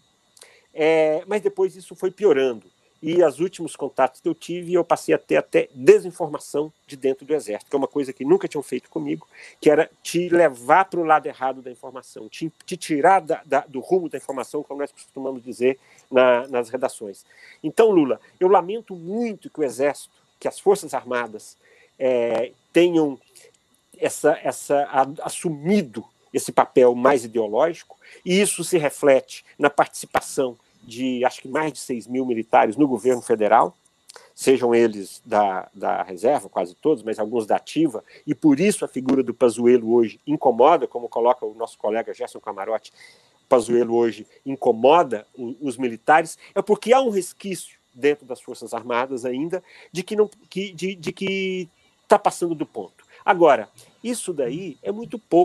É, mas depois isso foi piorando. E os últimos contatos que eu tive, eu passei a ter até desinformação de dentro do Exército, que é uma coisa que nunca tinham feito comigo, que era te levar para o lado errado da informação, te, te tirar da, da, do rumo da informação, como nós costumamos dizer na, nas redações. Então, Lula, eu lamento muito que o Exército, que as Forças Armadas é, tenham essa, essa, a, assumido esse papel mais ideológico, e isso se reflete na participação de, acho que mais de seis mil militares no governo federal, sejam eles da, da reserva, quase todos, mas alguns da ativa, e por isso a figura do Pazuello hoje incomoda, como coloca o nosso colega Gerson Camarote, o Pazuello hoje incomoda o, os militares, é porque há um resquício dentro das Forças Armadas ainda de que não, que, de, de que está passando do ponto. Agora, isso daí é muito pouco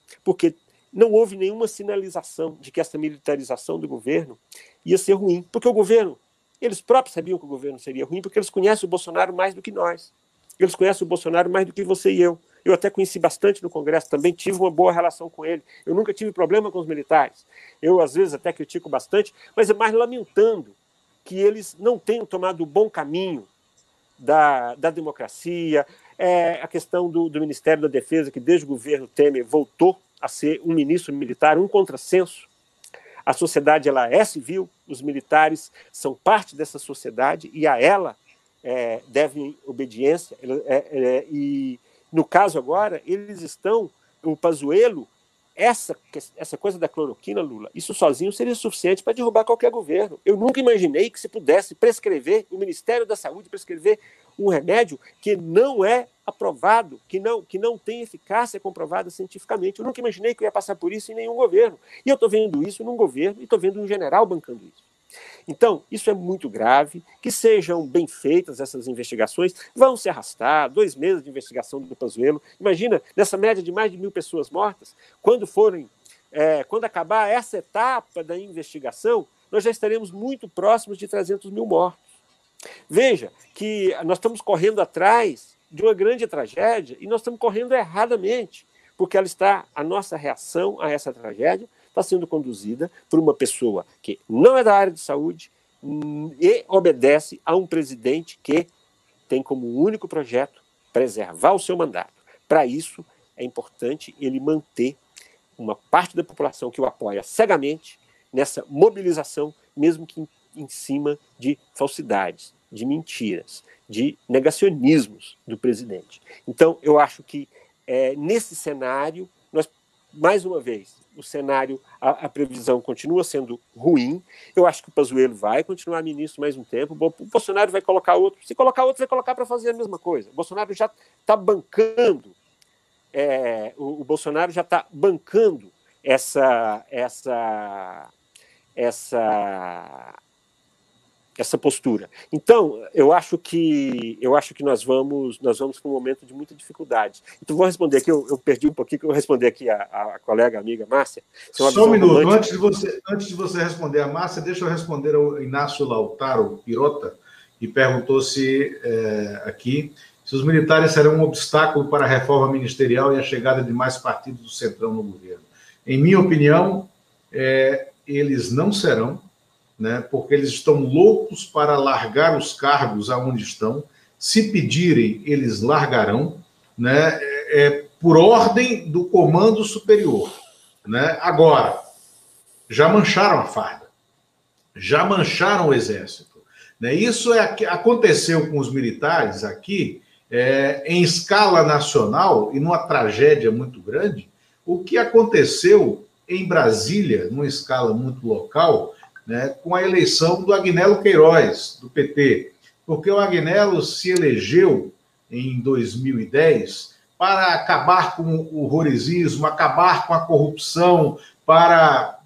porque não houve nenhuma sinalização de que essa militarização do governo ia ser ruim, porque o governo, eles próprios sabiam que o governo seria ruim, porque eles conhecem o Bolsonaro mais do que nós. Eles conhecem o Bolsonaro mais do que você e eu. Eu até conheci bastante no Congresso, também tive uma boa relação com ele. Eu nunca tive problema com os militares. Eu, às vezes, até critico bastante, mas é mais lamentando que eles não tenham tomado o bom caminho da, da democracia, é, a questão do, do Ministério da Defesa, que desde o governo Temer voltou a ser um ministro militar, um contrassenso. A sociedade ela é civil, os militares são parte dessa sociedade e a ela é, devem obediência. É, é, e, no caso agora, eles estão, o Pazuello, essa, essa coisa da cloroquina, Lula, isso sozinho seria suficiente para derrubar qualquer governo. Eu nunca imaginei que se pudesse prescrever, o Ministério da Saúde prescrever um remédio que não é aprovado, que não, que não tem eficácia comprovada cientificamente. Eu nunca imaginei que eu ia passar por isso em nenhum governo. E eu estou vendo isso num governo e estou vendo um general bancando isso. Então, isso é muito grave, que sejam bem feitas essas investigações, vão se arrastar, dois meses de investigação do Pazuello. Imagina, nessa média de mais de mil pessoas mortas, quando forem, é, quando acabar essa etapa da investigação, nós já estaremos muito próximos de trezentos mil mortos. Veja que nós estamos correndo atrás de uma grande tragédia e nós estamos correndo erradamente, porque ela está, a nossa reação a essa tragédia está sendo conduzida por uma pessoa que não é da área de saúde e obedece a um presidente que tem como único projeto preservar o seu mandato. Para isso, é importante ele manter uma parte da população que o apoia cegamente nessa mobilização, mesmo que em, em cima de falsidades, de mentiras, de negacionismos do presidente. Então, eu acho que é, nesse cenário, nós, mais uma vez, o cenário, a, a previsão continua sendo ruim. Eu acho que o Pazuello vai continuar ministro mais um tempo. O Bolsonaro vai colocar outro. Se colocar outro, vai colocar para fazer a mesma coisa. O Bolsonaro já está bancando, é, o, o Bolsonaro já está bancando essa, essa, essa, essa postura. Então, eu acho que eu acho que nós vamos nós vamos para um momento de muita dificuldade. Então, vou responder aqui, eu, eu perdi um pouquinho, que eu vou responder aqui a, a colega, a amiga Márcia. Só um minuto, antes de, você, antes de você responder a Márcia, deixa eu responder ao Inácio Lautaro Pirota, que perguntou se é, aqui se os militares serão um obstáculo para a reforma ministerial e a chegada de mais partidos do Centrão no governo. Em minha opinião, é, eles não serão, né, porque eles estão loucos para largar os cargos aonde estão. Se pedirem, eles largarão, né, é, por ordem do comando superior. Né? Agora, já mancharam a farda, já mancharam o exército. Né? Isso é, aconteceu com os militares aqui, é, em escala nacional e numa tragédia muito grande, o que aconteceu em Brasília, numa escala muito local, né, com a eleição do Agnello Queiroz, do P T, porque o Agnello se elegeu em dois mil e dez para acabar com o horrorismo, acabar com a corrupção, para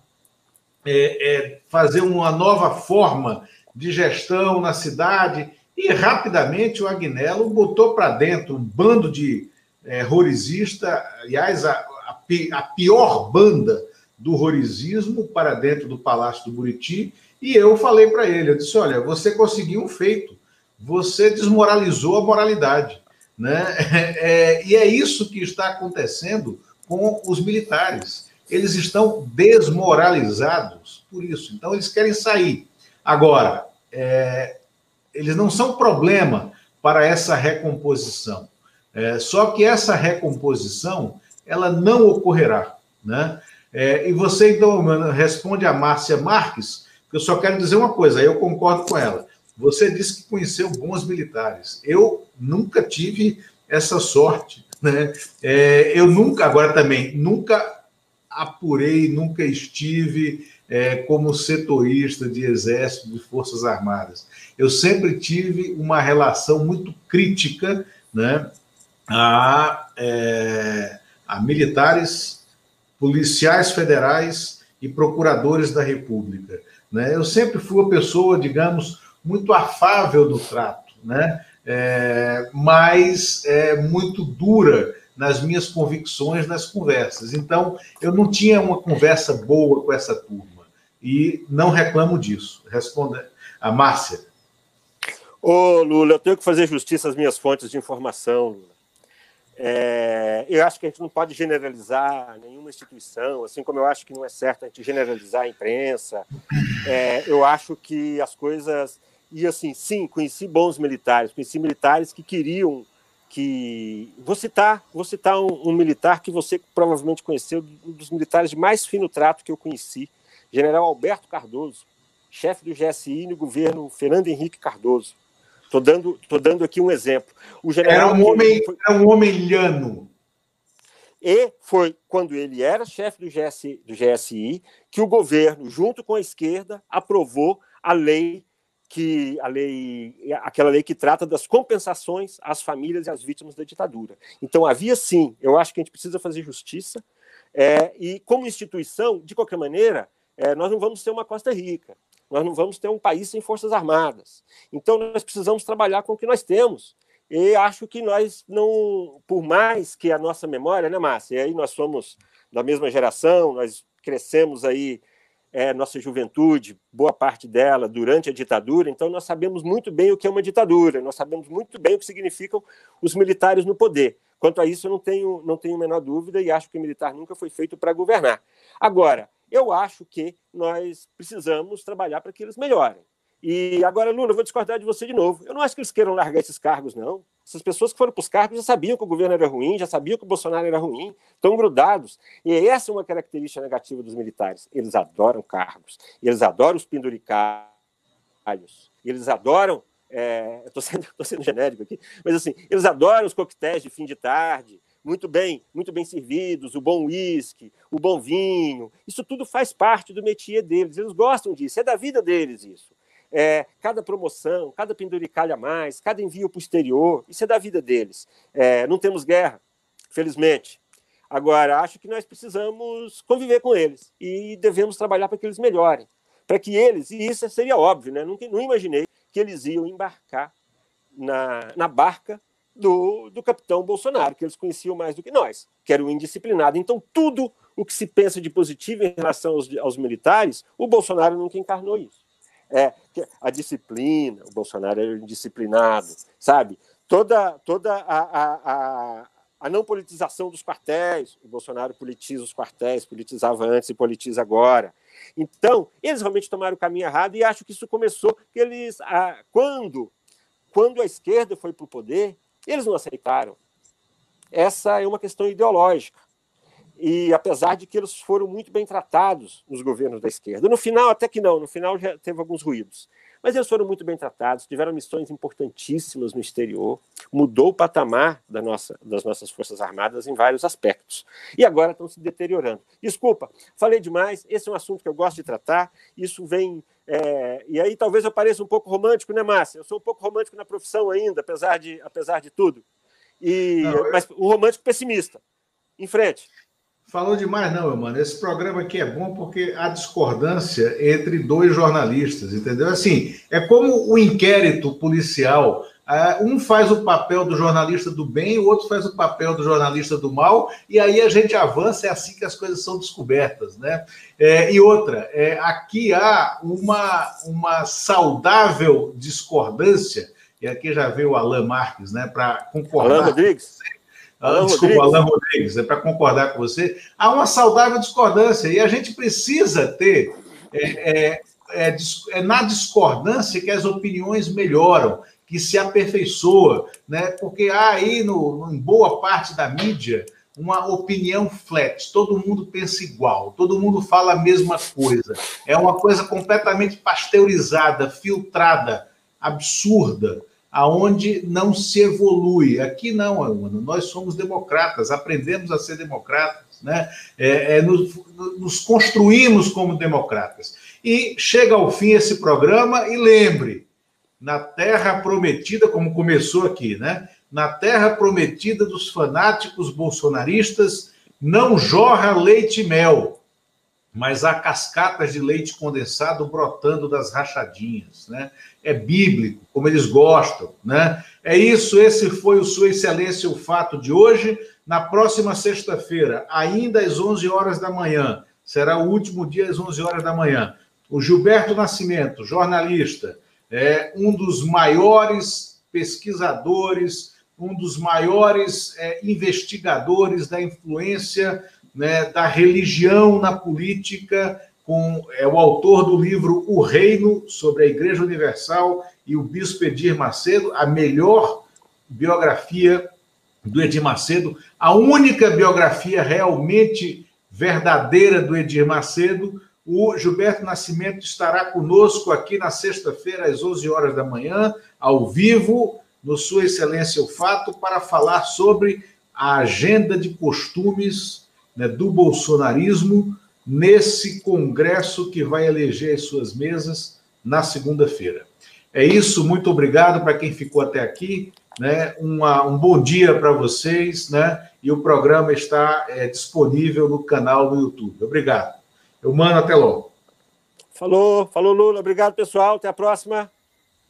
é, é, fazer uma nova forma de gestão na cidade, e rapidamente o Agnello botou para dentro um bando de é, horrorizista, aliás, a, a, a pior banda do horrorizismo para dentro do Palácio do Buriti, e eu falei para ele, eu disse, olha, você conseguiu um feito, você desmoralizou a moralidade, né? É, e é isso que está acontecendo com os militares, eles estão desmoralizados por isso, então eles querem sair. Agora, é, eles não são problema para essa recomposição, é, só que essa recomposição, ela não ocorrerá, né? É, e você, então, responde a Márcia Marques, que eu só quero dizer uma coisa, aí eu concordo com ela. Você disse que conheceu bons militares. Eu nunca tive essa sorte, né? É, eu nunca, agora também, nunca apurei, nunca estive é, como setorista de Exército, de Forças Armadas. Eu sempre tive uma relação muito crítica, né, a, é, a militares, policiais federais e procuradores da República. Né? Eu sempre fui uma pessoa, digamos, muito afável no trato, né? É, mas é, muito dura nas minhas convicções, nas conversas. Então, eu não tinha uma conversa boa com essa turma, e não reclamo disso. Responda a Márcia. Ô, Lula, eu tenho que fazer justiça às minhas fontes de informação, Lula. É, eu acho que a gente não pode generalizar nenhuma instituição, assim como eu acho que não é certo a gente generalizar a imprensa. É, eu acho que as coisas... E, assim, sim, conheci bons militares, conheci militares que queriam que... Vou citar, vou citar um, um militar que você provavelmente conheceu, um dos militares de mais fino trato que eu conheci, General Alberto Cardoso, chefe do G S I no governo Fernando Henrique Cardoso. Estou dando, tô dando aqui um exemplo. O general era, um homem, foi... era um homem lhano. E foi quando ele era chefe do G S I, do G S I que o governo, junto com a esquerda, aprovou a lei, que, a lei, aquela lei que trata das compensações às famílias e às vítimas da ditadura. Então, havia sim, eu acho que a gente precisa fazer justiça, é, e como instituição, de qualquer maneira, é, nós não vamos ter uma Costa Rica. Nós não vamos ter um país sem forças armadas. Então, nós precisamos trabalhar com o que nós temos. E acho que nós não... Por mais que a nossa memória, né, Márcia? E aí nós somos da mesma geração, nós crescemos aí, é, nossa juventude, boa parte dela, durante a ditadura, então nós sabemos muito bem o que é uma ditadura, nós sabemos muito bem o que significam os militares no poder. Quanto a isso, eu não tenho, não tenho a menor dúvida e acho que o militar nunca foi feito para governar. Agora, eu acho que nós precisamos trabalhar para que eles melhorem. E agora, Lula, eu vou discordar de você de novo. Eu não acho que eles queiram largar esses cargos, não. Essas pessoas que foram para os cargos já sabiam que o governo era ruim, já sabiam que o Bolsonaro era ruim, estão grudados. E essa é uma característica negativa dos militares. Eles adoram cargos, eles adoram os penduricalhos, eles adoram... É, estou sendo, tô sendo genérico aqui, mas assim, eles adoram os coquetéis de fim de tarde, muito bem, muito bem servidos, o bom uísque, o bom vinho, isso tudo faz parte do métier deles, eles gostam disso, é da vida deles isso. É, cada promoção, cada penduricalho a mais, cada envio para o exterior, isso é da vida deles. É, não temos guerra, felizmente. Agora, acho que nós precisamos conviver com eles e devemos trabalhar para que eles melhorem, para que eles, e isso seria óbvio, né? Nunca, não imaginei que eles iam embarcar na, na barca do, do capitão Bolsonaro, que eles conheciam mais do que nós, que era o indisciplinado. Então, tudo o que se pensa de positivo em relação aos, aos militares, o Bolsonaro nunca encarnou isso. É, a disciplina, o Bolsonaro era indisciplinado, sabe? Toda, toda a, a, a, a não politização dos quartéis, o Bolsonaro politiza os quartéis, politizava antes e politiza agora. Então, eles realmente tomaram o caminho errado e acho que isso começou que eles, ah, quando, quando a esquerda foi para o poder, eles não aceitaram. Essa é uma questão ideológica. E apesar de que eles foram muito bem tratados nos governos da esquerda. No final, até que não, no final já teve alguns ruídos. Mas eles foram muito bem tratados, tiveram missões importantíssimas no exterior, mudou o patamar da nossa, das nossas Forças Armadas em vários aspectos. E agora estão se deteriorando. Desculpa, falei demais, esse é um assunto que eu gosto de tratar, isso vem... É, e aí talvez eu pareça um pouco romântico, né, Márcia? Eu sou um pouco romântico na profissão ainda, apesar de, apesar de tudo. E, não, eu... Mas um romântico pessimista. Em frente. Falou demais, não, meu mano. Esse programa aqui é bom porque há discordância entre dois jornalistas, entendeu? Assim, é como o inquérito policial. Um faz o papel do jornalista do bem, o outro faz o papel do jornalista do mal, e aí a gente avança, é assim que as coisas são descobertas, né? É, e outra, é, aqui há uma, uma saudável discordância, e aqui já veio o Alan Marques, né, para concordar. Alan Rodrigues. Alan Desculpa, Rodrigues. Alan Rodrigues, é para concordar com você. Há uma saudável discordância e a gente precisa ter, é, é, é, é na discordância que as opiniões melhoram, que se aperfeiçoa, né? Porque há aí, no, em boa parte da mídia, uma opinião flat, todo mundo pensa igual, todo mundo fala a mesma coisa. É uma coisa completamente pasteurizada, filtrada, absurda, aonde não se evolui. Aqui não, mano. Nós somos democratas, aprendemos a ser democratas, né? É, é, nos, nos construímos como democratas. E chega ao fim esse programa e lembre, na terra prometida, como começou aqui, né? Na terra prometida dos fanáticos bolsonaristas, não jorra leite e mel, mas há cascatas de leite condensado brotando das rachadinhas, né? É bíblico, como eles gostam, né? É isso, esse foi o Sua Excelência, o Fato de hoje. Na próxima sexta-feira, ainda às onze horas da manhã, será o último dia às onze horas da manhã, o Gilberto Nascimento, jornalista, é um dos maiores pesquisadores, um dos maiores é, investigadores da influência, né, da religião na política, com, é o autor do livro O Reino, sobre a Igreja Universal, e o Bispo Edir Macedo, a melhor biografia do Edir Macedo, a única biografia realmente verdadeira do Edir Macedo. O Gilberto Nascimento estará conosco aqui na sexta-feira, às onze horas da manhã, ao vivo, no Sua Excelência o Fato, para falar sobre a agenda de costumes, né, do bolsonarismo nesse congresso que vai eleger as suas mesas na segunda-feira. É isso, muito obrigado para quem ficou até aqui, né? Uma, um bom dia para vocês, né? E o programa está é, disponível no canal do YouTube. Obrigado. Eu mando até logo. Falou, falou, Lula. Obrigado, pessoal. Até a próxima.